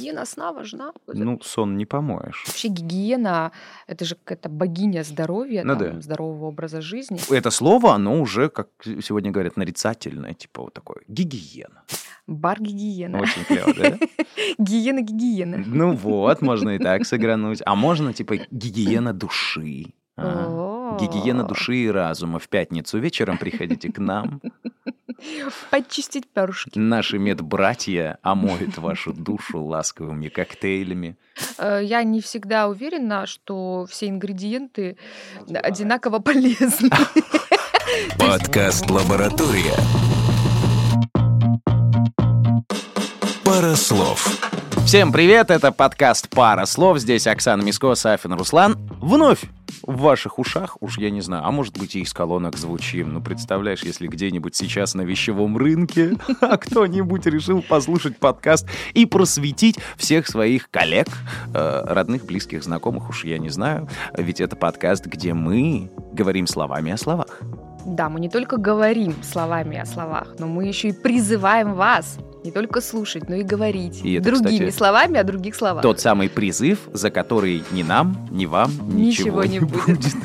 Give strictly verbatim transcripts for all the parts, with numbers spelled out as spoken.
гигиена сна важна. Ну, сон не помоешь. Вообще гигиена — это же какая-то богиня здоровья, Ну там, да. здорового образа жизни. Это слово, оно уже, как сегодня говорят, нарицательное, типа вот такое. Гигиена. Бар-гигиена. Очень клево, да? Гигиена-гигиена. Ну вот, можно и так сыгрануть. А можно, типа, гигиена души. А, гигиена души и разума. В пятницу вечером приходите к нам. Почистить перышки. Наши медбратья омоют вашу душу ласковыми коктейлями. Э, Я не всегда уверена, что все ингредиенты одинаково полезны. Подкаст «Лаборатория». Пара слов. Всем привет, это подкаст «Пара слов». Здесь Оксана Миско, Сафин Руслан. Вновь в ваших ушах, уж я не знаю, а может быть и из колонок звучим. Ну, представляешь, если где-нибудь сейчас на вещевом рынке кто-нибудь решил послушать подкаст и просветить всех своих коллег, э, родных, близких, знакомых, уж я не знаю. Ведь это подкаст, где мы говорим словами о словах. Да, мы не только говорим словами о словах, но мы еще и призываем вас не только слушать, но и говорить И это, другими кстати, словами о других словах. Тот самый призыв, за который ни нам, ни вам ничего, Ничего не будет.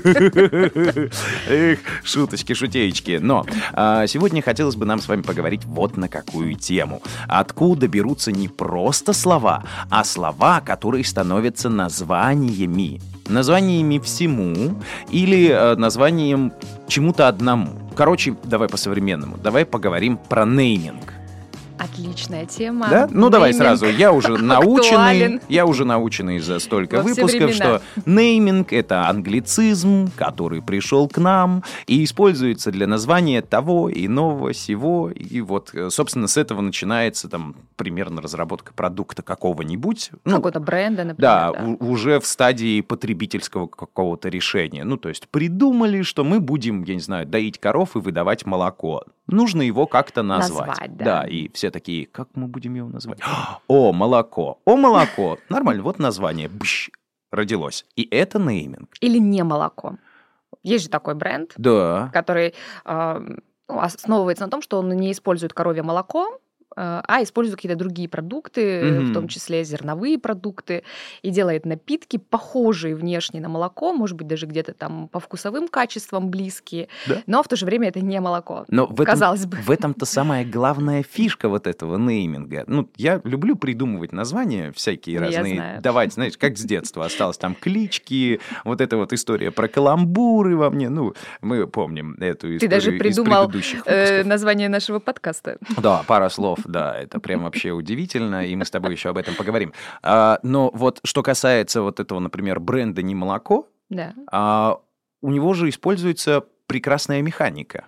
Эх, шуточки, шутеечки. Но а, сегодня хотелось бы нам с вами поговорить вот на какую тему. Откуда берутся не просто слова, а слова, которые становятся названиями. Названиями всему или э, названием чему-то одному. Короче, давай по-современному. Давай поговорим про нейминг. Отличная тема. Да? Ну, давай Нейминг сразу. Я уже наученный, актуален. я уже наученный за столько Во все выпусков, времена. что нейминг — это англицизм, который пришел к нам и используется для названия того, иного, сего. И вот, собственно, с этого начинается там примерно разработка продукта какого-нибудь. Ну, Какого-то бренда, например. да, Да. у- уже в стадии потребительского какого-то решения. Ну, то есть придумали, что мы будем, я не знаю, доить коров и выдавать молоко. Нужно его как-то назвать. Назвать, да. Да, и все такие, как мы будем его назвать? О, молоко. О, молоко. Нормально, вот название. Бщ, родилось. И это нейминг. Или не молоко. Есть же такой бренд, Да. который э, ну, основывается на том, что он не использует коровье молоко, э, а использует какие-то другие продукты, Мгм. в том числе зерновые продукты, и делает напитки, похожие внешне на молоко, может быть, даже где-то там по вкусовым качествам близкие, Да. но в то же время это не молоко. Но в этом, Казалось бы. в этом-то самая главная фишка вот этого нейминга. Ну, я люблю придумывать названия всякие Я разные, знаю. давать, знаешь, как с детства осталось там клички, вот эта вот история про каламбуры во мне, ну, мы помним эту историю Ты даже из придумал предыдущих э, выпусков. название нашего подкаста. Да, пара слов, да, это прям вообще удивительно, и мы с тобой еще об этом поговорим. А, но вот что касается вот этого, например, бренда «Не молоко», Да. а, у него же используется прекрасная механика,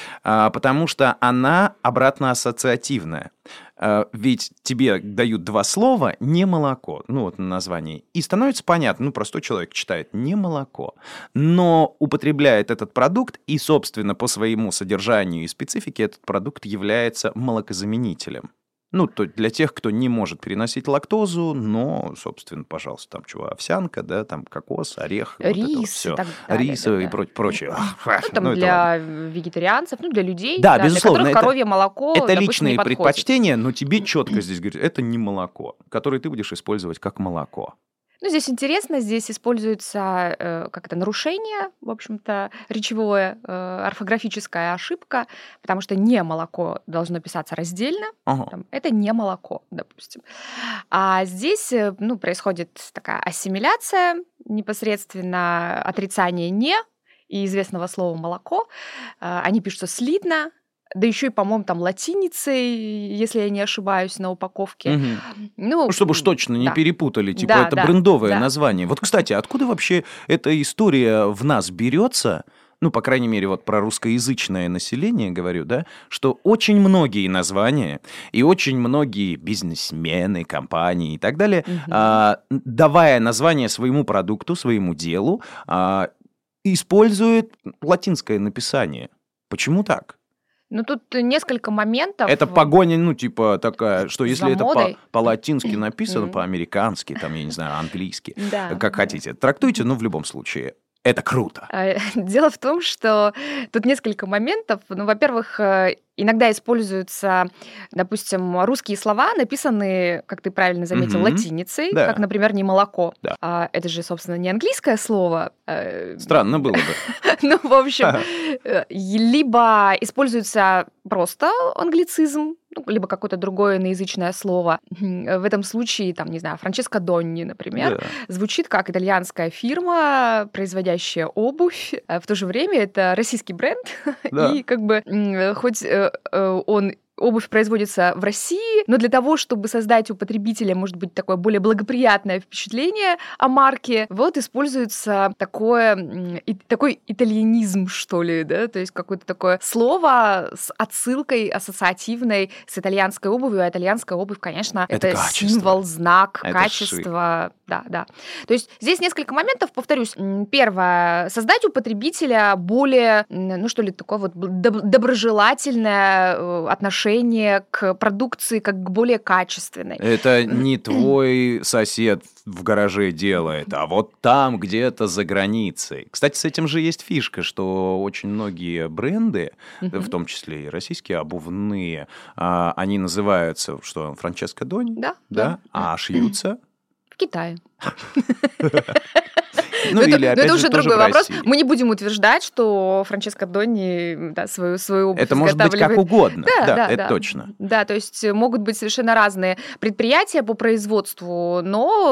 а, потому что она обратно ассоциативная. А, ведь тебе дают два слова «не молоко», ну вот на названии, и становится понятно, ну простой человек читает «не молоко», но употребляет этот продукт, и, собственно, по своему содержанию и специфике этот продукт является молокозаменителем. Ну, то для тех, кто не может переносить лактозу, но, собственно, пожалуйста, там чего, овсянка, да, там кокос, орех, вот это вот Рис и все. так далее, Рис да, и да. про- прочее. Ну, там Ну, это ладно. для вегетарианцев, ну, для людей, Да, да, безусловно, для которых это- коровье молоко, Это допустим, личные не подходит. предпочтения, но тебе четко здесь говорят, это не молоко, которое ты будешь использовать как молоко. Ну, здесь интересно, здесь используется э, как это нарушение, в общем-то, речевое, э, орфографическая ошибка, потому что не молоко должно писаться раздельно, Ага. там, это не молоко, допустим. А здесь э, ну, происходит такая ассимиляция, непосредственно отрицание «не» и известного слова «молоко». Э, Они пишутся слитно, да еще и, по-моему, там латиницей, если я не ошибаюсь, на упаковке. Мгм. Ну, Ну, чтобы уж точно не да. перепутали, типа Да, это да, брендовое да. название. Вот, кстати, откуда вообще эта история в нас берется? Ну, по крайней мере, вот про русскоязычное население говорю, да, что очень многие названия и очень многие бизнесмены, компании и так далее, Мгм. а, давая название своему продукту, своему делу, а, используют латинское написание. Почему так? Ну, тут несколько моментов. Это погоня, ну, типа такая, что За если это по- модой. по-латински написано, Мгм. по-американски, там, я не знаю, английски, Да, как да. хотите, трактуйте, но в любом случае. Это круто. А, Дело в том, что тут несколько моментов. Ну, во-первых, э, иногда используются, допустим, русские слова, написанные, как ты правильно заметил, Мгм. латиницей, Да. как, например, «не молоко». Да. А, Это же, собственно, не английское слово. э, Странно было бы. Ну, в общем, э, и либо используется просто англицизм, ну, либо какое-то другое иноязычное слово. Мгм. В этом случае, там, не знаю, Франческо Донни, например, Да. звучит как итальянская фирма, производящая обувь. А в то же время это российский бренд. Да. И как бы м, хоть э, э, он обувь производится в России, но для того, чтобы создать у потребителя, может быть, такое более благоприятное впечатление о марке, вот используется такое, м, и- такой итальянизм, что ли, да, то есть какое-то такое слово с отсылкой ассоциативной с итальянской обувью, а итальянская обувь, конечно, Это это, качество. символ, знак Это качества, да, да. То есть здесь несколько моментов, повторюсь. М, Первое, создать у потребителя более, м, ну что ли, такое вот доб- доброжелательное э, отношение к продукции как к более качественной. Это не твой сосед в гараже делает, а вот там где-то за границей. Кстати, с этим же есть фишка, что очень многие бренды, в Мгм. том числе и российские обувные, а, они называются, что, Франческо Донни? Да, Да? да. А шьются? В Китае. Ну Но это, или, но опять это же, уже тоже другой в вопрос. России. Мы не будем утверждать, что Франческо Донни да, свою, свою обувь Это может быть как изготавливает. угодно. Да, Да, да, это да. точно. Да, то есть э, могут быть совершенно разные предприятия по производству,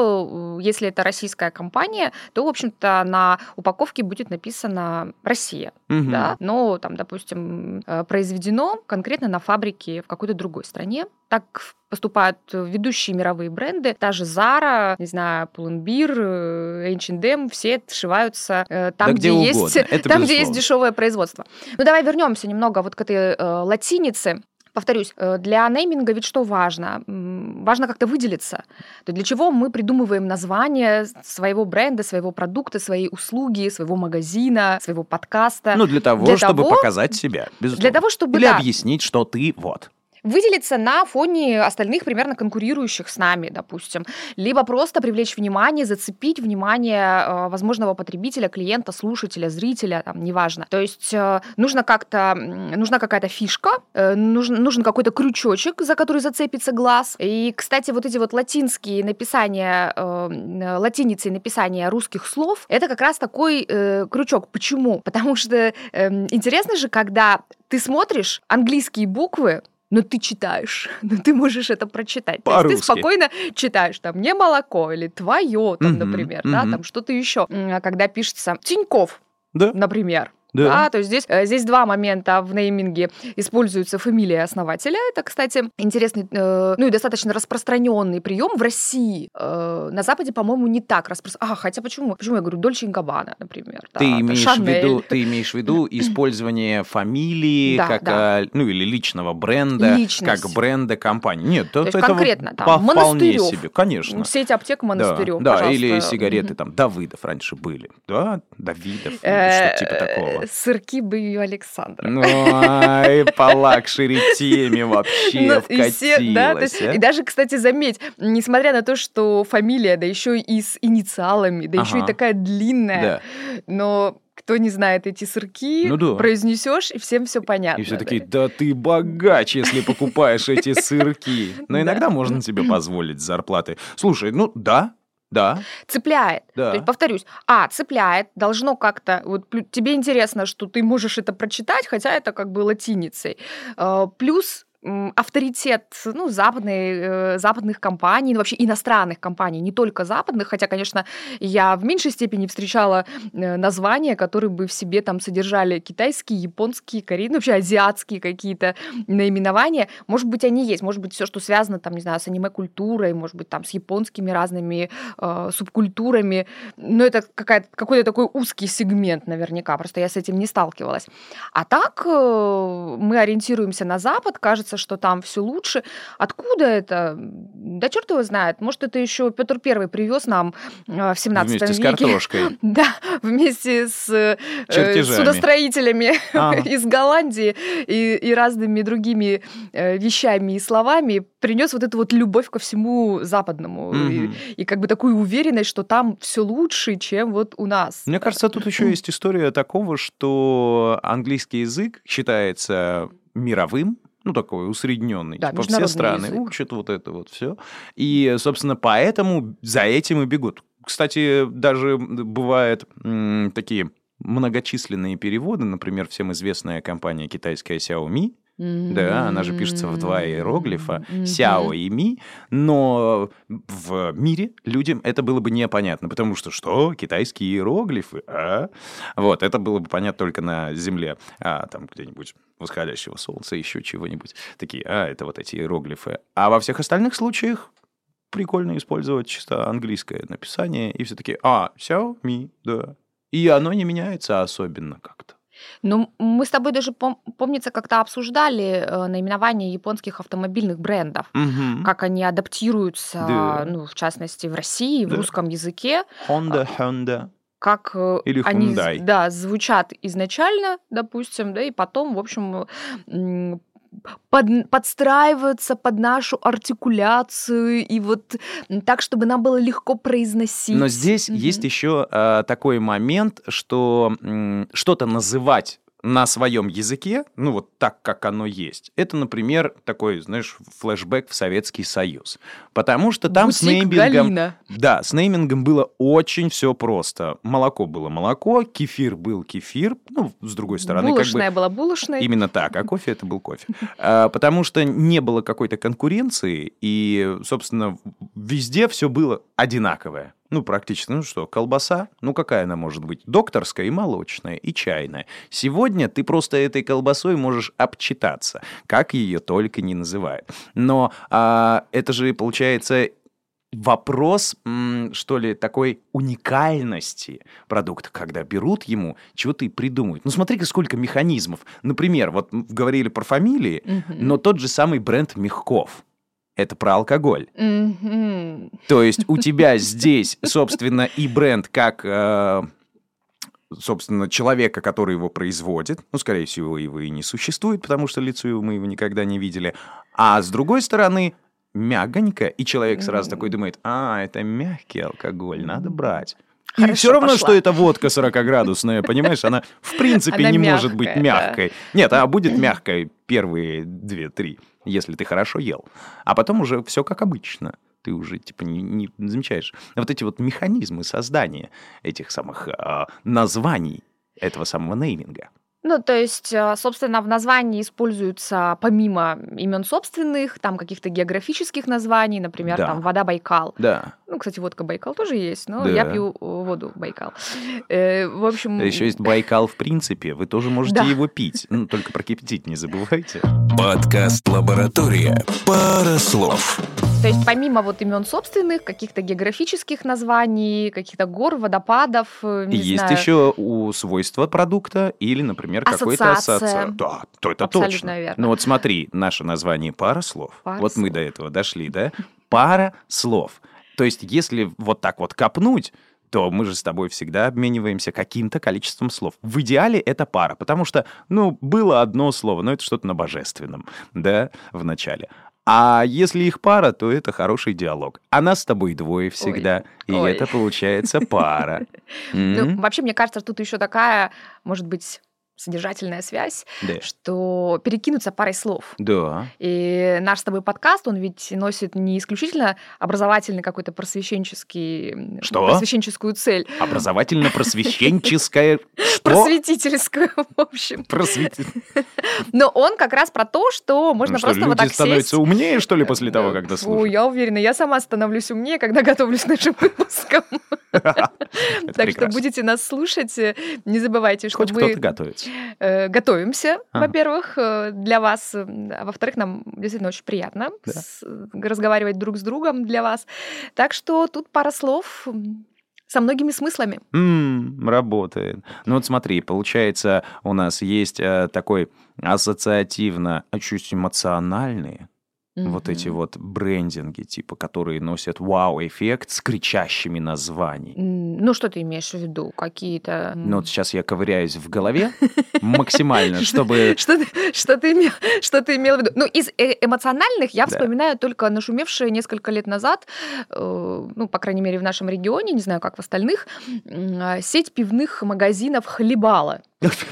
но э, если это российская компания, то, в общем-то, на упаковке будет написано «Россия». Мгм. Да? Но, там, допустим, э, произведено конкретно на фабрике в какой-то другой стране. Так поступают ведущие мировые бренды. Та же Zara, не знаю, Pull&Bear, э, эйч энд эм, все сшиваются э, там, Да где есть, угодно, это там, где есть безусловно. дешевое производство. Ну, давай вернемся немного вот к этой э, латинице. Повторюсь, э, для нейминга ведь что важно? М, Важно как-то выделиться. То для чего мы придумываем название своего бренда, своего продукта, своей услуги, своего магазина, своего подкаста? Ну, для того, Для чтобы того- показать себя, безусловно. Для того, чтобы, Или да, объяснить, что ты вот. выделиться на фоне остальных примерно конкурирующих с нами, допустим. Либо просто привлечь внимание, зацепить внимание э, возможного потребителя, клиента, слушателя, зрителя, там, неважно. То есть э, нужно как-то, м, нужна какая-то фишка, э, нужен, нужен какой-то крючочек, за который зацепится глаз. И, кстати, вот эти вот латинские написания, э, м, латиницей написания русских слов, это как раз такой э, крючок. Почему? Потому что эм, интересно же, когда ты смотришь английские буквы, но ты читаешь, но ты можешь это прочитать. То есть По-русски. ты спокойно читаешь там «не молоко» или «твое», там, Мгм, например, да, мгм. там что-то еще. М, а Когда пишется «Тиньков», Да, например. да. Да, то есть здесь, э, здесь два момента в нейминге. Используется фамилия основателя. Это, кстати, интересный, э, ну и достаточно распространенный прием в России. Э, на Западе, по-моему, не так распространен. А, хотя почему? Почему я говорю Дольче и Габбана, например? Да, Ты это имеешь, в Шанель. виду, ты имеешь в виду использование фамилии, Да, как, да. а, ну или личного бренда, Личность. как бренда компании. Нет, То это, есть это вот конкретно там по- вполне Монастырёв. себе, конечно. Сеть аптек Монастырёв, Да, да, пожалуйста. или сигареты Мгм. там Давыдов раньше были. Да, Давидов, или Э, что-то типа такого. Сырки бы ее Александра. Ну, ай, по лакшери теме вообще Ну, и все, да, то есть- вкатилась, а? и даже, кстати, заметь, несмотря на то, что фамилия, да еще и с инициалами, да еще и Ага. такая длинная, Да. но кто не знает эти сырки, Ну да. произнесешь, и всем все понятно. И все да. такие, да ты богач, если покупаешь эти сырки. Но Да. иногда можно себе позволить с зарплаты. Слушай, ну да, да, Цепляет. Да. То есть, повторюсь, а, цепляет, должно как-то... Вот плю- тебе интересно, что ты можешь это прочитать, хотя это как бы латиницей. Э, Плюс м, авторитет ну, западной, э, западных компаний, ну, вообще иностранных компаний, не только западных, хотя, конечно, я в меньшей степени встречала э, названия, которые бы в себе там содержали китайские, японские, корейные, вообще азиатские какие-то наименования. Может быть, они есть, может быть, все, что связано, там, не знаю, с аниме-культурой, может быть, там, с японскими разными э, субкультурами, но это какая-то, какой-то такой узкий сегмент наверняка, просто я с этим не сталкивалась. А так э, мы ориентируемся на Запад, кажется, кажется, что там все лучше. Откуда это? Да черт его знает. Может, это еще Петр Первый привез нам в семнадцатом Вместе с веке. картошкой. Да, вместе с э, Чертежами. судостроителями Ага. из Голландии и, и разными другими э, вещами и словами принес вот эту вот любовь ко всему западному. И, Мгм. и как бы такую уверенность, что там все лучше, чем вот у нас. Мне кажется, тут еще есть история такого, что английский язык считается мировым, ну, такой усредненный. Да, Типа все международный страны язык. учат вот это вот все. И, собственно, поэтому за этим и бегут. Кстати, даже бывают м, такие многочисленные переводы, например, всем известная компания китайская Xiaomi. Да, она же пишется в два иероглифа Мгм. Сяо и Ми, но в мире людям это было бы непонятно, потому что что? Китайские иероглифы? А? Вот, это было бы понятно только на Земле, а там где-нибудь восходящего солнца, еще чего-нибудь. Такие, а, это вот эти иероглифы. А во всех остальных случаях прикольно использовать чисто английское написание, и все таки а, Сяо, Ми, да. И оно не меняется особенно как-то. Ну, мы с тобой даже, пом- помнится, как-то обсуждали э, наименование японских автомобильных брендов, Мгм. как они адаптируются, Да. ну, в частности, в России, в Да. русском языке, Honda, Honda. как э, Или они, Hyundai. да, звучат изначально, допустим, да, и потом, в общем, м, под- подстраиваются под нашу артикуляцию и вот м, так, чтобы нам было легко произносить. Но здесь Мгм. есть еще а, такой момент, что м, что-то называть на своем языке, ну вот так, как оно есть, это, например, такой, знаешь, флешбэк в Советский Союз. Потому что там с Бутик неймингом... Галина. Да, с неймингом было очень все просто. Молоко было молоко, кефир был кефир, ну, с другой стороны, как бы... Булочная была булочной. Именно так, а кофе это был кофе. А, Потому что не было какой-то конкуренции, и, собственно, везде все было одинаковое. Ну, практически, ну что, колбаса? Ну, какая она может быть? Докторская и молочная, и чайная. Сегодня ты просто этой колбасой можешь обчитаться, как ее только не называют. Но а, это же, получается, вопрос, м, что ли, такой уникальности продукта, когда берут ему, чего-то и придумывают. Ну, смотри-ка, сколько механизмов. Например, вот м, говорили про фамилии, Мгм. но тот же самый бренд Мягков. Это про алкоголь. Мгм. То есть у тебя здесь, собственно, и бренд как, э, собственно, человека, который его производит. Ну, скорее всего, его и не существует, потому что лицо его мы его никогда не видели. А с другой стороны, мягонько, и человек сразу такой думает, а, это мягкий алкоголь, надо брать. И Хорошо, все равно, пошла. что это водка сорокаградусная, понимаешь? Она в принципе Она не может быть мягкая, да. мягкой. Нет, а будет мягкой первые две-три, если ты хорошо ел. А потом уже все как обычно. Ты уже типа не, не замечаешь. Вот эти вот механизмы создания этих самых а, названий этого самого нейминга. Ну, то есть, э, собственно, в названии используются помимо имен собственных, там каких-то географических названий, например, Да. там вода Байкал. Да. Ну, кстати, водка Байкал тоже есть, но Да. я пью э, воду Байкал. Э, В общем, А еще есть Байкал в принципе. Вы тоже можете Да. его пить. Ну, только прокипятить не забывайте. Подкаст «Лаборатория». Пара слов. то есть помимо вот имен собственных, каких-то географических названий, каких-то гор, водопадов, э, не Есть знаю. еще у свойства продукта или, например, какой-то Ассоциация. ассоциация. Да, то это Абсолютно точно. верно. Ну вот смотри, наше название пара слов. Пара вот мы слов. до этого дошли, да? Пара слов. То есть если вот так вот копнуть, то мы же с тобой всегда обмениваемся каким-то количеством слов. В идеале это пара, потому что, ну, было одно слово, но это что-то на божественном, да, в начале. А если их пара, то это хороший диалог. А нас с тобой двое всегда, и ой. это получается пара. Ну, М? вообще, мне кажется, тут еще такая, может быть, содержательная связь, Да. что перекинуться парой слов. Да. И наш с тобой подкаст, он ведь носит не исключительно образовательный какой-то просвещенческий... м, Что? Просвещенческую цель. Образовательно-просвещенческая... Что? Просветительскую, в общем. Просвети- Но он как раз про то, что можно Ну что, просто вот люди так становятся сесть. умнее, что ли, после того, Э, когда фу, слушают? я уверена, я сама становлюсь умнее, когда готовлюсь к нашим выпускам. Это Так что прекрасно. будете нас слушать, э, не забывайте, что Хоть мы кто-то готовится. э, готовимся, Ага. во-первых, э, для вас, э, а во-вторых, нам действительно очень приятно Да. с- разговаривать друг с другом для вас. Так что тут пара слов. М, со многими смыслами. М, работает. Ну вот смотри, получается, у нас есть э, такой ассоциативно, а чуть эмоциональный, вот эти Мгм. вот брендинги, типа, которые носят вау-эффект с кричащими названиями. М, Ну, что ты имеешь в виду? Какие-то... Ну вот м, сейчас я ковыряюсь в голове максимально, Что чтобы... что ты что ты имел что ты имел в виду? Ну, из э эмоциональных я Да. вспоминаю только нашумевшие несколько лет назад, э, ну, по крайней мере, в нашем регионе, не знаю, как в остальных, м, а, сеть пивных магазинов «Хлебало».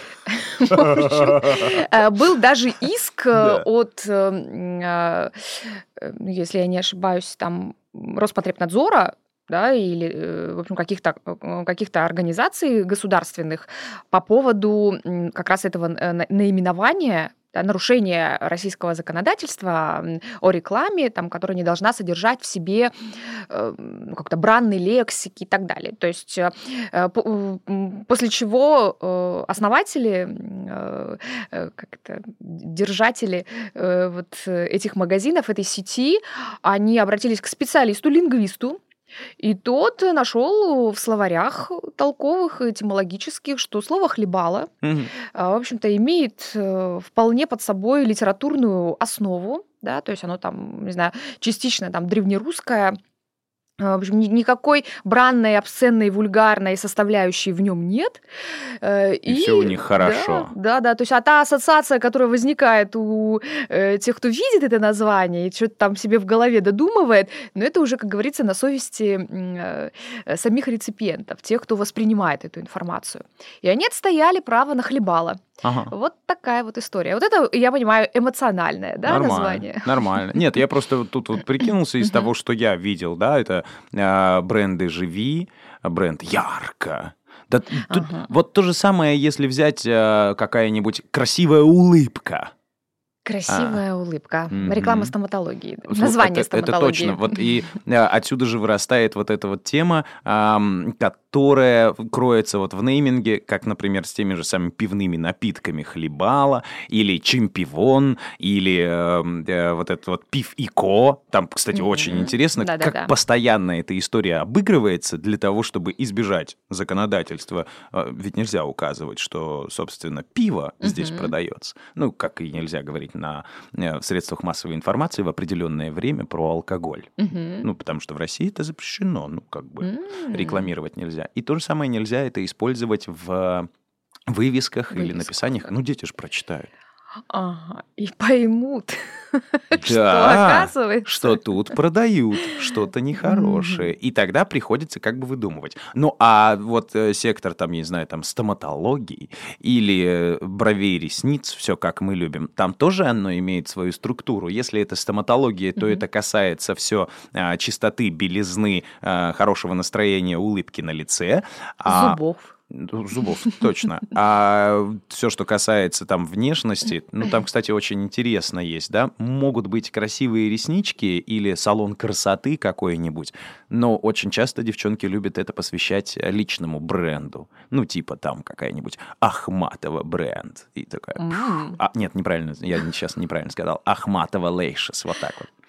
В общем, э, был даже иск, э, Да. от, э, м, а, э, ну, если я не ошибаюсь, там, м, Роспотребнадзора, да, или, э, в общем, каких-то э, каких-то организаций государственных по поводу, м, как раз этого э, на наименования, да, нарушения российского законодательства, м, о рекламе, там, которая не должна содержать в себе, э, ну, как-то бранной лексики и так далее. То есть, э, э, по м, после чего, э, основатели, м, э, э, как это, держатели, э, вот, э, этих магазинов, этой сети, они обратились к специалисту-лингвисту, и тот нашел в словарях толковых, этимологических, что слово «хлебало», Мгм. а, в общем-то, имеет э, вполне под собой литературную основу, да, то есть оно там, не знаю, частично там древнерусское. А, В общем, ни- никакой бранной, обсценной, вульгарной составляющей в нем нет. Э, И все у И них да, хорошо. да, да. То есть, а та ассоциация, которая возникает у э, тех, кто видит это название и что-то там себе в голове додумывает, но это уже, как говорится, на совести м, э, э, самих реципиентов, тех, кто воспринимает эту информацию. И они отстояли право на «хлебало». Ага. Вот такая вот история. Вот это, я понимаю, эмоциональное, да, Нормально, название? нормально. Нет, я просто вот тут вот прикинулся из Мгм. того, что я видел, да, это а, бренды «Живи», бренд «Ярко». Да тут Ага. вот то же самое, если взять а, какая-нибудь красивая улыбка. А, Красивая улыбка. Реклама мгм. стоматологии. Вот Название это, это точно. стоматологии. Вот и а, отсюда же вырастает вот эта вот тема, ам, которая кроется вот в нейминге, как, например, с теми же самыми пивными напитками «Хлебало» или «Чемпион», или эм, э, вот это вот «Пив и Ко». Там, кстати, очень Мгм. интересно, как Да-да-да. постоянно эта история обыгрывается для того, чтобы избежать законодательства. А, Ведь нельзя указывать, что, собственно, пиво здесь Мгм. продается. Ну, как и нельзя говорить на э, в средствах массовой информации в определенное время про алкоголь. Мгм. Ну, потому что в России это запрещено, ну, как бы М. рекламировать нельзя. И то же самое нельзя это использовать в вывесках или Вывесках, написаниях. да. Ну, дети же прочитают. Ага. И поймут, что Да, что оказывается. тут продают что-то нехорошее. Мгм. И тогда приходится как бы выдумывать. Ну, а вот э, сектор, там, я не знаю, там, стоматологии или э, бровей, ресниц, все как мы любим, там тоже оно имеет свою структуру. Если это стоматология, то Мгм. это касается все чистоты, белизны, а, хорошего настроения, улыбки на лице. А Зубов. ну, зубов, точно. А все, что касается там внешности, ну, там, кстати, очень интересно есть, да, могут быть красивые реснички или салон красоты какой-нибудь, но очень часто девчонки любят это посвящать личному бренду. Ну, типа там какая-нибудь Ахматова бренд. И такая... пф, М. А, нет, неправильно, я сейчас неправильно сказал. Ахматова Лейшес, вот так вот.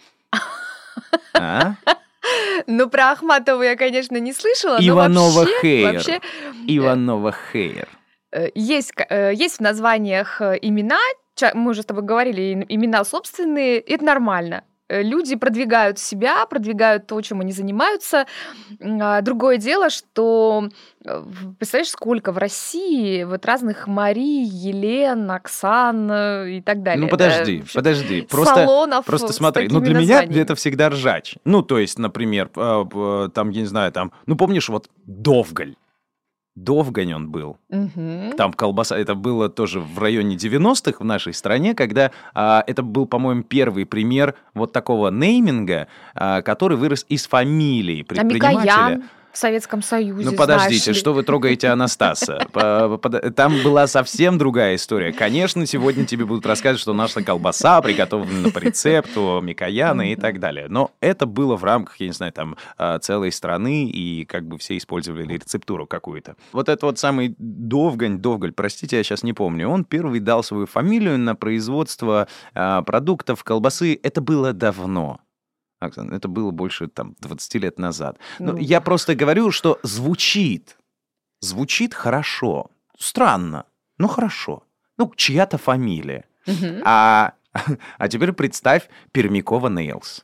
А? Ну, про Ахматову я, конечно, не слышала, но Иванова вообще, Хейр. вообще э, Иванова Хейр. э, есть, ка- э, есть в названиях э, имена, ча- мы уже с тобой говорили, и- имена собственные, и это нормально. Э, Люди продвигают себя, продвигают то, чем они занимаются. М, а Другое дело, что, э, в- представляешь, сколько в России вот разных Марий, Елен, Оксан э, и так Ну, далее, да, в подожди, общем, подожди. Просто, салонов просто э, с смотри. Ну, такими для меня это названиями. всегда ржач. Ну, то есть, например, э, э, там, я не знаю, там... Ну, помнишь, вот Довгаль. Довгань он был. Мгм. Там колбаса, это было тоже в районе девяностых в нашей стране, когда а, это был, по-моему, первый пример вот такого нейминга, а, который вырос из фамилии А предпринимателя. Микоян в Советском Ну, Союзе, знаешь подождите, ли. что вы трогаете Анастаса? По- под- Там была совсем другая история. Конечно, сегодня тебе будут рассказывать, что наша колбаса приготовлена по рецепту Микояна и так далее. Но это было в рамках, я не знаю, там, а, целой страны, и как бы все использовали рецептуру какую-то. Вот этот вот самый Довгань, Довгаль, простите, я сейчас не помню, он первый дал свою фамилию на производство а, продуктов, колбасы. Это было давно. Оксана, это было больше там двадцать лет назад. Ну, Ну. я просто говорю, что звучит. Звучит хорошо. Странно, но хорошо. Ну, чья-то фамилия. Мгм. А, а теперь представь Пермякова Нейлс.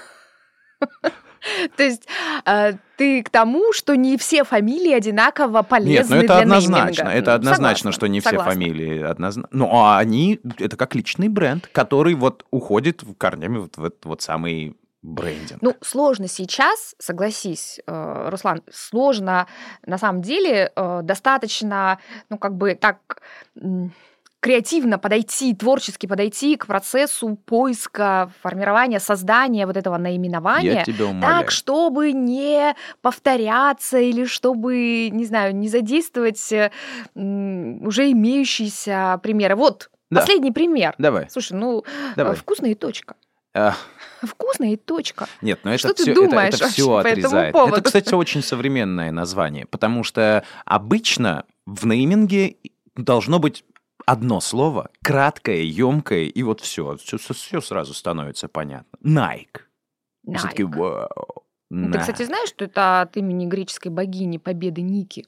То есть э, ты к тому, что не все фамилии одинаково полезны Нет, ну это для однозначно. нейминга. Это Ну, однозначно, согласна, что не все согласна. фамилии однозначно. Ну, а они, это как личный бренд, который вот уходит корнями вот в этот вот самый брендинг. Ну, сложно сейчас, согласись, э, Руслан, сложно на самом деле э, достаточно, ну, как бы так м, креативно подойти, творчески подойти к процессу поиска, формирования, создания вот этого Я наименования, тебя умоляю. так, чтобы не повторяться или чтобы, не знаю, не задействовать э, м, уже имеющиеся примеры. Вот, Да. последний пример. Давай, Слушай, ну, давай. э, вкусно и точка. А, Вкусно и точка. Нет, но это Что ты все, думаешь это, все вообще по этому отрезает. поводу? Это, кстати, очень современное название, потому что обычно в нейминге должно быть одно слово, краткое, емкое, и вот все, все, сразу становится понятно. Nike. И все такие, Nike. вау. Ну, Ты, кстати, Nike. знаешь, что это от имени греческой богини Победы Ники?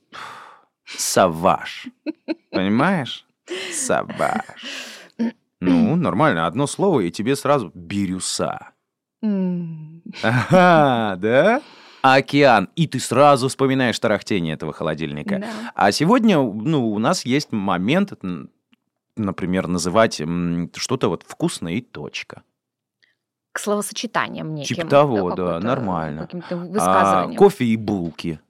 Саваж. Понимаешь? Саваж. Ну, нормально, одно слово, и тебе сразу бирюса. М. Ага, да? Океан. И ты сразу вспоминаешь тарахтение этого холодильника. Да. А сегодня, ну, у нас есть момент, м, например, называть м, что-то вот вкусное и точка. К словосочетаниям неким. Типа того, да, какой-то- нормально. Каким-то А, высказыванием. кофе и булки.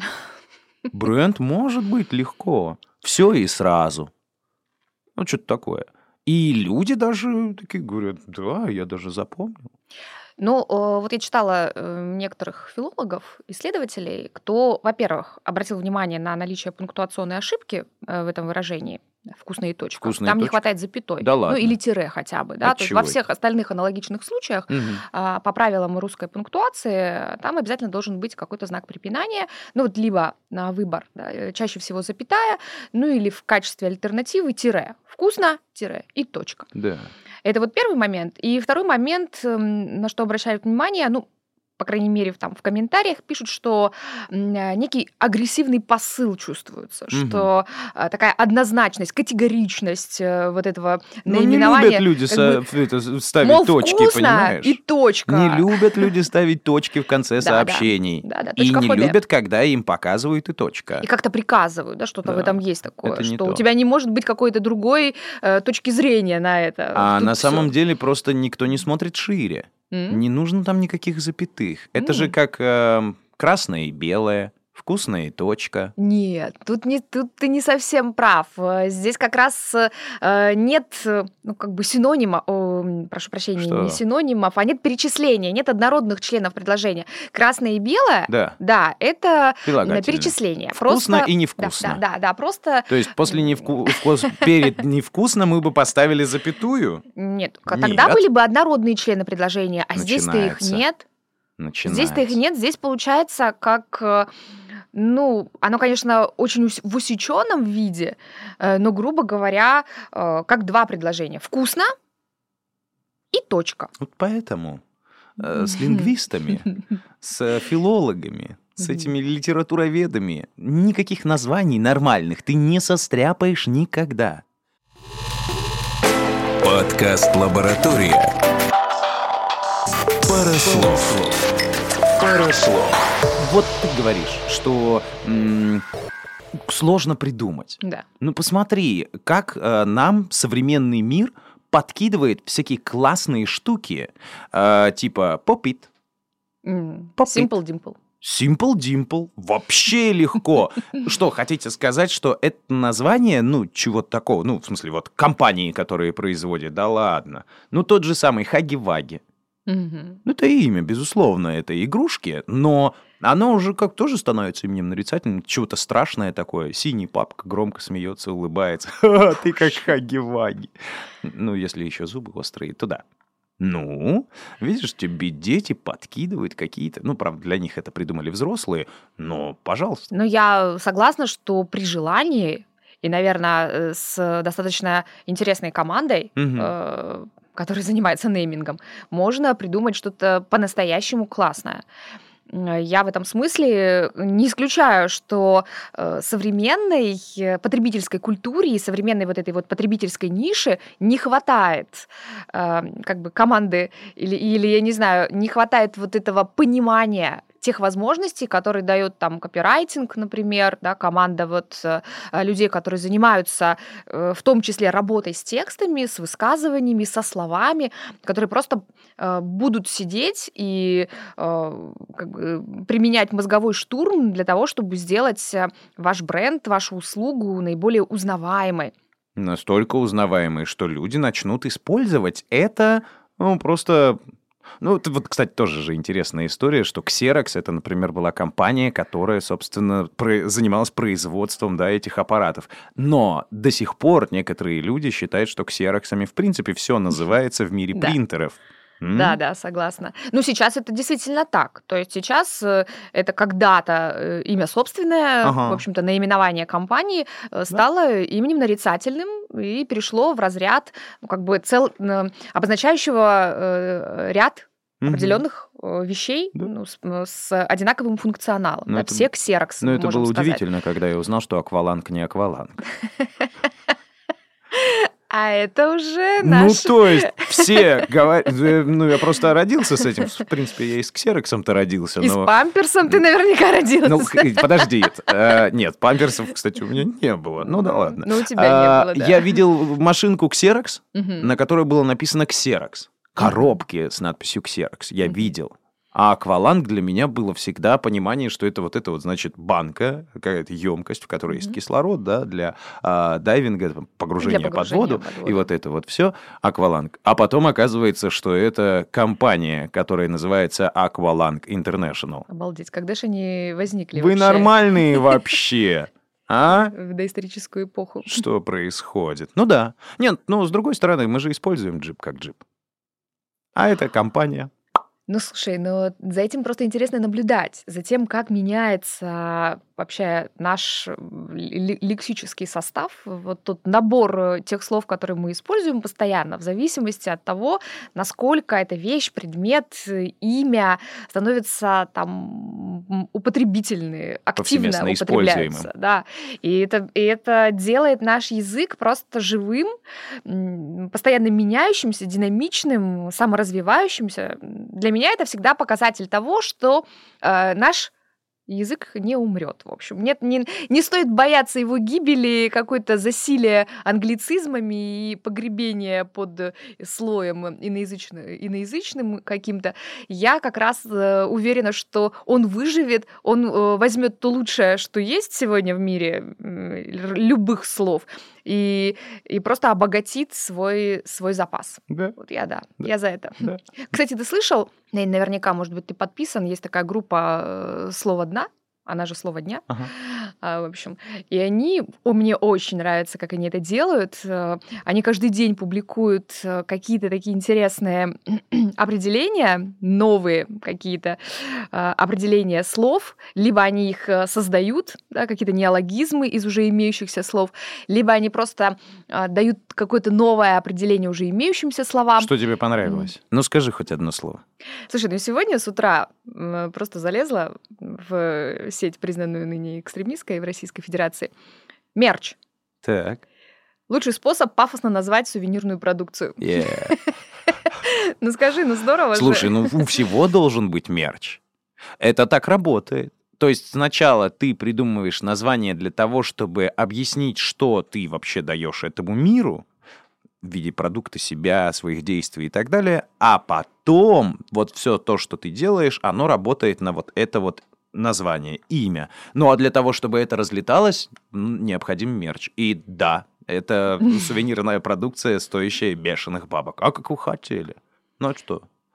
Бренд может быть легко. Все и сразу. Ну, что-то такое. И люди даже такие говорят, да, я даже запомнил. Ну, э, вот я читала э, некоторых филологов, исследователей, кто, во-первых, обратил внимание на наличие пунктуационной ошибки э, в этом выражении «вкусно и точка». Вкусно и Там не точка? хватает запятой. Да Ну, ладно? или тире хотя бы. Да? То есть во Отчего всех остальных аналогичных случаях Мгм. а, по правилам русской пунктуации там обязательно должен быть какой-то знак препинания. Ну, вот либо на выбор, да, э, чаще всего запятая, ну, или в качестве альтернативы тире. Вкусно, тире и точка. Да. Это вот первый момент. И второй момент, эм, на что обращают внимание, ну, по крайней мере, в- там в комментариях пишут, что м, э, некий агрессивный посыл чувствуется, Мгм. что э, такая однозначность, категоричность э, вот этого Ну, не наименования. любят люди как со- бы, это, ставить мол, точки, вкусно понимаешь? и точка. Не любят люди ставить точки в конце Да, да. сообщений. Да, да, И не точкофобия. любят, когда им показывают и точка. И как-то приказывают, да, что-то в Да, этом есть такое, это не что у то. тебя не может быть какой-то другой э, точки зрения на это. А Тут на самом всё. деле просто никто не смотрит шире. М? Не нужно там никаких запятых. Это же М. как эм, красное и белое, вкусная и точка. Нет, тут, не, тут ты не совсем прав. Э, Здесь как раз э, нет, э, ну, как бы синонима, о, м, прошу прощения, Что? не синонимов, а нет перечисления, нет однородных членов предложения. Красное и белое, Да, да, это м, прилагательное. перечисление. Вкусно Просто- и Да, невкусно. да, да, да, просто То есть после невку... вкус... перед невкусно мы бы поставили запятую? нет. к- Тогда Нет. были бы однородные члены предложения, а здесь-то их Начинается. нет. Начинается. Здесь-то их нет, здесь получается как, э, ну, оно, конечно, очень ус- в усеченном виде, э, но, грубо говоря, э, как два предложения. Вкусно и точка. Вот поэтому э, с лингвистами, с э, филологами, с Мгм. этими литературоведами никаких названий нормальных ты не состряпаешь никогда. Подкаст «Лаборатория». Парослов. Парослов. Вот ты говоришь, что м, сложно придумать. Да. Ну посмотри, как э, нам современный мир подкидывает всякие классные штуки, э, типа pop-it, М, Pop-it. Simple Dimple. Simple Dimple. Вообще легко. Что, хотите сказать, что это название, ну, чего-то такого, ну, в смысле, вот компании, которые производят, да ладно. Ну, тот же самый Хаги-Ваги. Мгм. Ну, это имя, безусловно, это игрушки, но оно уже как тоже становится именем нарицательным, чего-то страшное такое. Синий папка громко смеется, улыбается. «Ха, ты как Хаги-Ваги. Ну, если еще зубы острые, то да. Ну, видишь, тебе дети подкидывают какие-то... Ну, правда, для них это придумали взрослые, но, пожалуйста. Но я согласна, что при желании и, наверное, э, с достаточно интересной командой Мгм. э, который занимается неймингом, можно придумать что-то по-настоящему классное. Я в этом смысле не исключаю, что э, современной потребительской культуре и современной вот этой вот потребительской нише не хватает э, как бы команды или, или, я не знаю, не хватает вот этого понимания тех возможностей, которые дает там копирайтинг, например, да, команда вот э, людей, которые занимаются э, в том числе работой с текстами, с высказываниями, со словами, которые просто э, будут сидеть и э, как бы применять мозговой штурм для того, чтобы сделать ваш бренд, вашу услугу наиболее узнаваемой. Настолько узнаваемой, что люди начнут использовать это, ну, просто... Ну, это вот, кстати, тоже же интересная история, что Xerox, это, например, была компания, которая, собственно, про- занималась производством, да, этих аппаратов. Но до сих пор некоторые люди считают, что Xerox'ами, в принципе, все называется в мире Да. принтеров. М? Да, да, согласна. Ну, сейчас это действительно так. То есть сейчас э, это когда-то э, имя собственное, Ага. в общем-то, наименование компании э, стало именем нарицательным и перешло в разряд, ну, как бы цел, э, обозначающего э, ряд Мгм. определенных э, вещей Да. ну, с, м, с одинаковым функционалом. Ну, Да, это- все Xerox, Ну, это можем было сказать. удивительно, когда я узнал, что акваланг не акваланг. А это уже Ну, наш... то есть все говорят... Ну, я просто родился с этим. В принципе, я и с Xerox'ом-то родился, И с но... памперсом ты наверняка родился. Ну, х- подожди. э, Нет, памперсов, кстати, у меня не было. Ну, да ладно. Ну, у тебя А, не было, да. Я видел машинку Xerox, Мгм. на которой было написано Xerox. Коробки с надписью Xerox. Я видел. А акваланг для меня было всегда понимание, что это вот это вот, значит, банка, какая-то емкость, в которой есть Мгм. кислород, да, для а, дайвинга, там, погружения, Для под погружения воду, под и воду. вот это вот все, акваланг. А потом оказывается, что это компания, которая называется Aqualung International. Обалдеть, когда же они возникли Вы вообще нормальные вообще? А? в доисторическую эпоху? Что происходит? Ну да. Нет, ну с другой стороны, мы же используем джип как джип. А это компания. Ну, слушай, ну за этим просто интересно наблюдать, за тем, как меняется вообще наш э, ле- лексический состав, вот тот набор э, тех слов, которые мы используем постоянно, в зависимости от того, насколько эта вещь, предмет, э, имя становится там м, употребительны, активно Повсеместно употребляются, используемым. да. И это, и это делает наш язык просто живым, м, постоянно меняющимся, динамичным, саморазвивающимся. Для меня это всегда показатель того, что э, наш язык не умрет. В общем, нет, не, не стоит бояться его гибели, какое-то засилие англицизмами и погребение под э, слоем иноязычным, иноязычным каким-то. Я как раз э, уверена, что он выживет, он э, возьмет то лучшее, что есть сегодня в мире, м, любых слов, и, и просто обогатит свой, свой запас. Да. Вот я да, Да. я за это. Да. Кстати, ты слышал, и наверняка, может быть, ты подписан, есть такая группа э, «Слово дна», она же «Слово дня», Ага. а, в общем, и они, о, мне очень нравится, как они это делают, э, они каждый день публикуют э, какие-то такие интересные определения, новые какие-то э, определения слов, либо они их э, создают, да, какие-то неологизмы из уже имеющихся слов, либо они просто э, дают какое-то новое определение уже имеющимся словам. Что тебе понравилось? Ну, скажи хоть одно слово. Слушай, ну сегодня с утра м, просто залезла в сеть, признанную ныне экстремистской в Российской Федерации. Мерч. Так. Лучший способ пафосно назвать сувенирную продукцию. Е. Ну скажи, ну здорово же. Слушай, ну у всего должен быть мерч. Это так работает. То есть сначала ты придумываешь название для того, чтобы объяснить, что ты вообще даешь этому миру в виде продукта себя, своих действий и так далее, а потом вот все то, что ты делаешь, оно работает на вот это вот название, имя. Ну а для того, чтобы это разлеталось, м, необходим мерч. И да, это сувенирная продукция, стоящая бешеных бабок. А как вы хотели? Ну а что?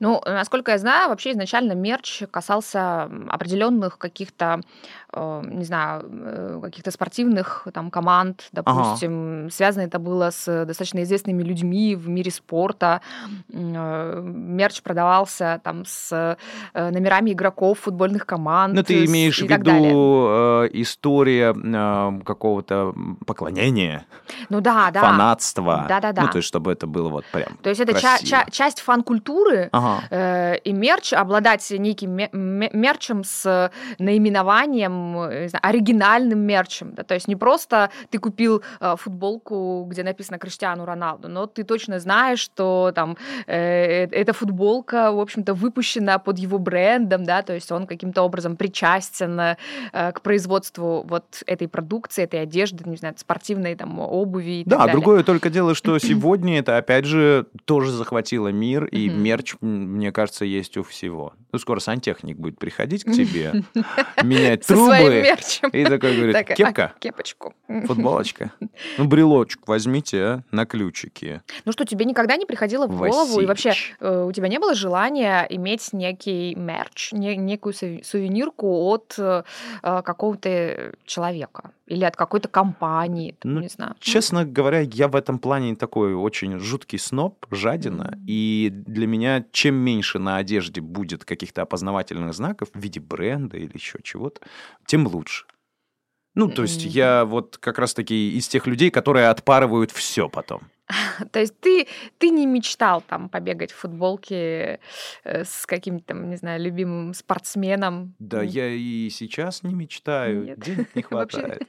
Ну, насколько я знаю, вообще изначально мерч касался определенных каких-то, э, не знаю, э, каких-то спортивных там команд, Ага. допустим. Связано это было с достаточно известными людьми в мире спорта. М, э, Мерч продавался там с э, номерами игроков футбольных Ну, команд ты э, с- имеешь в и так далее. виду э, история э, какого-то м, поклонения, Ну да, да, фанатства. Ну, то да-да-да. есть, чтобы это было вот прям То есть это ча- ча- красиво. часть фан-культуры, Ага. э, и мерч, обладать неким ме- ме- мерчем с наименованием, э, не знаю, оригинальным мерчем. Да? То есть не просто ты купил э, футболку, где написано Криштиану Роналду, но ты точно знаешь, что там э, эта футболка, в общем-то, выпущена под его брендом, да, то есть он каким-то образом причастен э, к производству вот этой продукции, этой одежды, не знаю, спортивной там обуви и так Да, далее. другое только дело, что сегодня это, опять же, тоже захватило мир, и Мгм. мерч, м, мне кажется, есть у всего. Ну, скоро сантехник будет приходить к тебе, менять Со своим трубы, мерчем. и такой говорит, Так, а, кепка, кепочку. футболочка, ну, брелочек возьмите, а, на ключики. Ну что, тебе никогда не приходило в голову, и вообще Васильич. э, у тебя не было желания иметь некий мерч, не- некую суве- сувенирку от э, э, какого-то человека или от какой-то компании, там, Ну, не знаю. честно говоря, я в этом плане такой очень жуткий сноб, жадина. М. И для меня чем меньше на одежде будет каких-то опознавательных знаков в виде бренда или еще чего-то, тем лучше. Ну, то есть Мгм. я вот как раз-таки из тех людей, которые отпарывают все потом. То есть ты, ты не мечтал там побегать в футболке э, с каким-то, там, не знаю, любимым спортсменом? Да М, я и сейчас не мечтаю, Нет. денег не Вообще, хватает.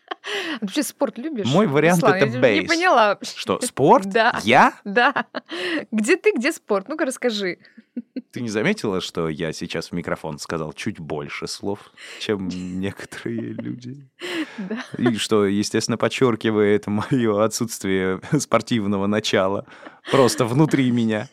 вообще спорт любишь, Мой вариант Руслан? это Я не бейс. поняла вообще. Что, спорт? Да, Я? да. Где ты, где спорт? Ну-ка расскажи. Ты не заметила, что я сейчас в микрофон сказал чуть больше слов, чем некоторые люди? Да. И что, естественно, подчеркивает мое отсутствие спортивного начала просто внутри меня.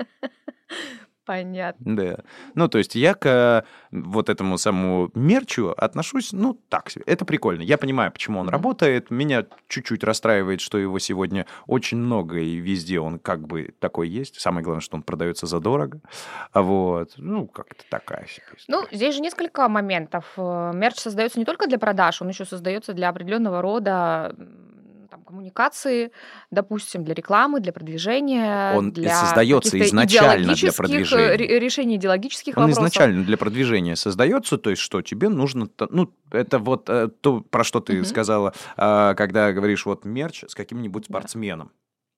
Понятно. Да. Ну, то есть я к э, вот этому самому мерчу отношусь, ну, так себе. Это прикольно. Я понимаю, почему он Мгм. работает. Меня чуть-чуть расстраивает, что его сегодня очень много, и везде он как бы такой есть. Самое главное, что он продается задорого. А вот, ну, как-то такая себе Ну, история. здесь же несколько моментов. Э, Мерч создается не только для продаж, он еще создается для определенного рода м, там, коммуникации, допустим, для рекламы, для продвижения, Он и для создается каких-то изначально для идеологических, э, продвижения. ре- решений идеологических Он вопросов. изначально для продвижения создается, то есть что тебе нужно, то- ну, это вот э, то, про что ты Мгм. сказала, а, когда говоришь вот мерч с каким-нибудь Да, спортсменом.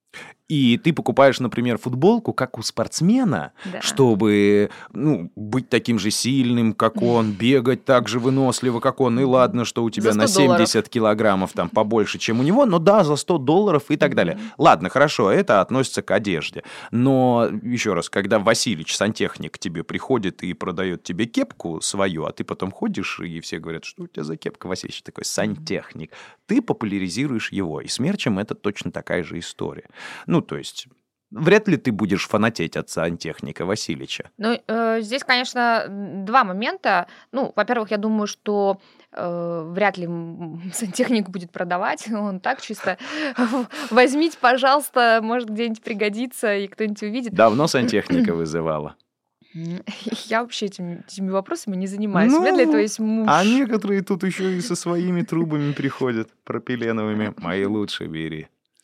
И ты покупаешь, например, футболку, как у спортсмена, да. чтобы, ну, быть таким же сильным, как он, бегать так же выносливо, как он. И Мгм. ладно, что у тебя За на сто долларов. семьдесят килограммов там побольше, чем у него, но да, за сто долларов и так далее. Мгм. Ладно, хорошо, это относится к одежде. Но, еще раз, когда Василич, сантехник, к тебе приходит и продает тебе кепку свою, а ты потом ходишь, и все говорят, что у тебя за кепка, Василич такой, сантехник. Ты популяризируешь его, и с мерчем это точно такая же история. Ну, то есть, вряд ли ты будешь фанатеть от сантехника Васильича. Ну, э, здесь, конечно, м, два момента. Ну, во-первых, я думаю, что э, вряд ли м, сантехник будет продавать. Он так чисто возьмите, пожалуйста, может, где-нибудь пригодится, и кто-нибудь увидит. Давно сантехника вызывала. М, Я вообще этими, этими вопросами не занимаюсь. У меня для этого Ну, есть муж. а некоторые тут еще и со своими трубами приходят, пропиленовыми. Мои лучше бери.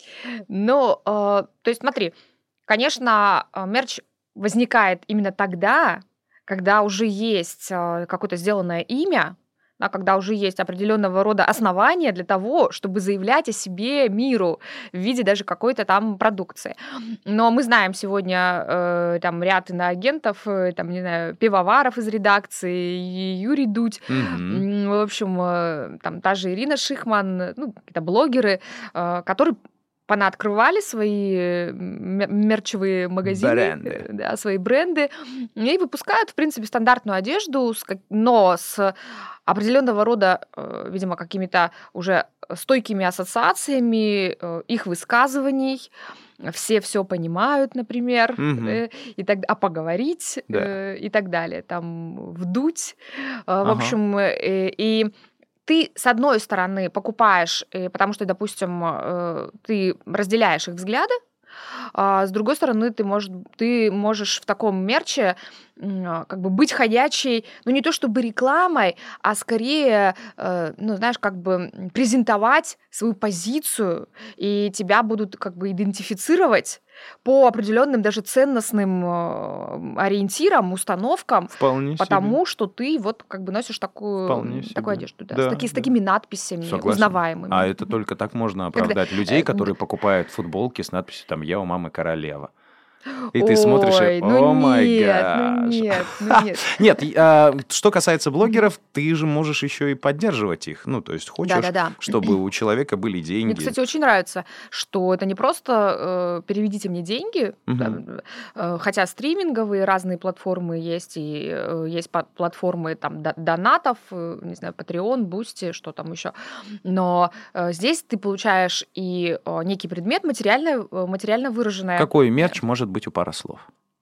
Но, э, то есть, смотри, конечно, э, мерч возникает именно тогда, когда уже есть э, какое-то сделанное имя, да, когда уже есть определенного рода основания для того, чтобы заявлять о себе миру в виде даже какой-то там продукции. Но мы знаем сегодня э, там ряд иноагентов, э, там, не знаю, пивоваров из редакции, и Юрий Дудь, Мгм. м, в общем, э, там та же Ирина Шихман, ну, какие-то блогеры, э, которые понаоткрывали свои э, ме- мерчевые магазины, Бренды. э, да, свои бренды, и выпускают, в принципе, стандартную одежду, с как- но с определенного рода, э, видимо, какими-то уже стойкими ассоциациями э, их высказываний. Все все понимают, например, Мгм. э, и так, а поговорить Да. э, и так далее, там вдуть, э, в Ага. общем, э, и ты, с одной стороны, покупаешь, э, потому что, допустим, э, ты разделяешь их взгляды, А с другой стороны, ты, может, ты можешь в таком мерче как бы быть ходячей, ну не то чтобы рекламой, а скорее, ну знаешь, как бы презентовать свою позицию, и тебя будут как бы идентифицировать по определенным даже ценностным ориентирам, установкам, Вполне потому себе. что ты вот как бы носишь такую, Вполне такую себе. одежду, да, Да, с, таки, с да. такими надписями Согласен. узнаваемыми. А это только так можно оправдать Когда, людей, э, которые г- покупают футболки с надписью там «Я у мамы королева». И ты Ой, смотришь и ну «О май нет, ну гаш». нет, ну нет. Нет, и, а, что касается блогеров, ты же можешь еще и поддерживать их. Ну, то есть хочешь, Да-да-да. чтобы у человека были Мне, деньги. кстати, очень нравится, что это не просто э, переведите мне деньги, Мгм. там, э, хотя стриминговые разные платформы есть, и э, есть па- платформы там до- донатов, э, не знаю, Patreon, Boosty, что там еще. Но э, здесь ты получаешь и э, некий предмет материально, э, материально выраженное. Какой мерч может быть у пары слов?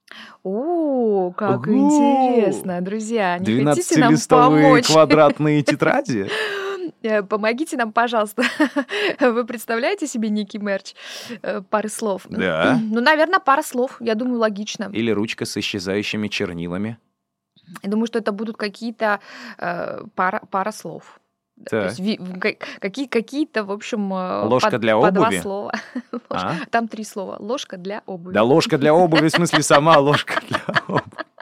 О, как Угу. интересно, друзья, не хотите нам двенадцатилистовые помочь? квадратные тетради? Э, Помогите нам, пожалуйста. Вы представляете себе некий мерч? Э, Пары слов. Да. Ну, наверное, пара слов. Я думаю, логично. Или ручка с исчезающими чернилами? Я думаю, что это будут какие-то э, пара, пара слов. Да, то Так. есть ви- в- ка- какие, какие-то, в общем, э, Ложка по, для по два обуви? слова. Ложка. А? Там три слова. Ложка для обуви. Да ложка для обуви, в смысле сама ложка для обуви.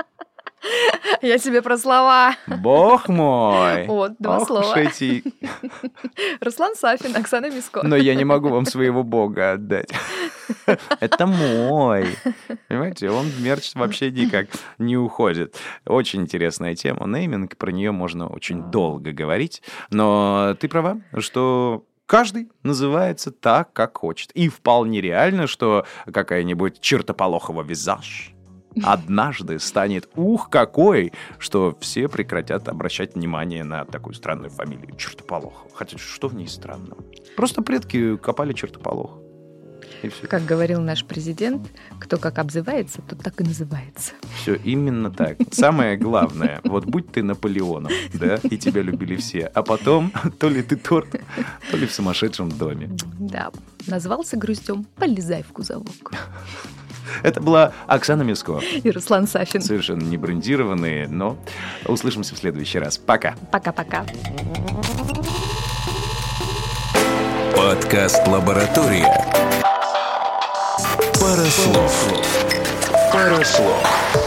Я тебе про слова. Бог мой! Вот, два Ох уж слова. эти... Руслан Сафин, Оксана Миско. Но я не могу вам своего бога отдать. Это мой. Понимаете, он в мерч вообще никак не уходит. Очень интересная тема. Нейминг, про нее можно очень долго говорить. Но ты права, что каждый называется так, как хочет. И вполне реально, что какая-нибудь чертополохова визаж однажды станет ух какой, что все прекратят обращать внимание на такую странную фамилию Чертополохова. Хотя что в ней странного? Просто предки копали чертополох. И все. Как говорил наш президент, кто как обзывается, тот так и называется. Все именно так. Самое главное, вот будь ты Наполеоном, да, и тебя любили все, а потом то ли ты торт, то ли в сумасшедшем доме. Да, назвался грустем, полезай в кузовок. Это была Оксана Миско. И Руслан Сафин. Совершенно не брендированные, но услышимся в следующий раз. Пока. Пока-пока. Подкаст «Лаборатория». Пара слов. Пара слов.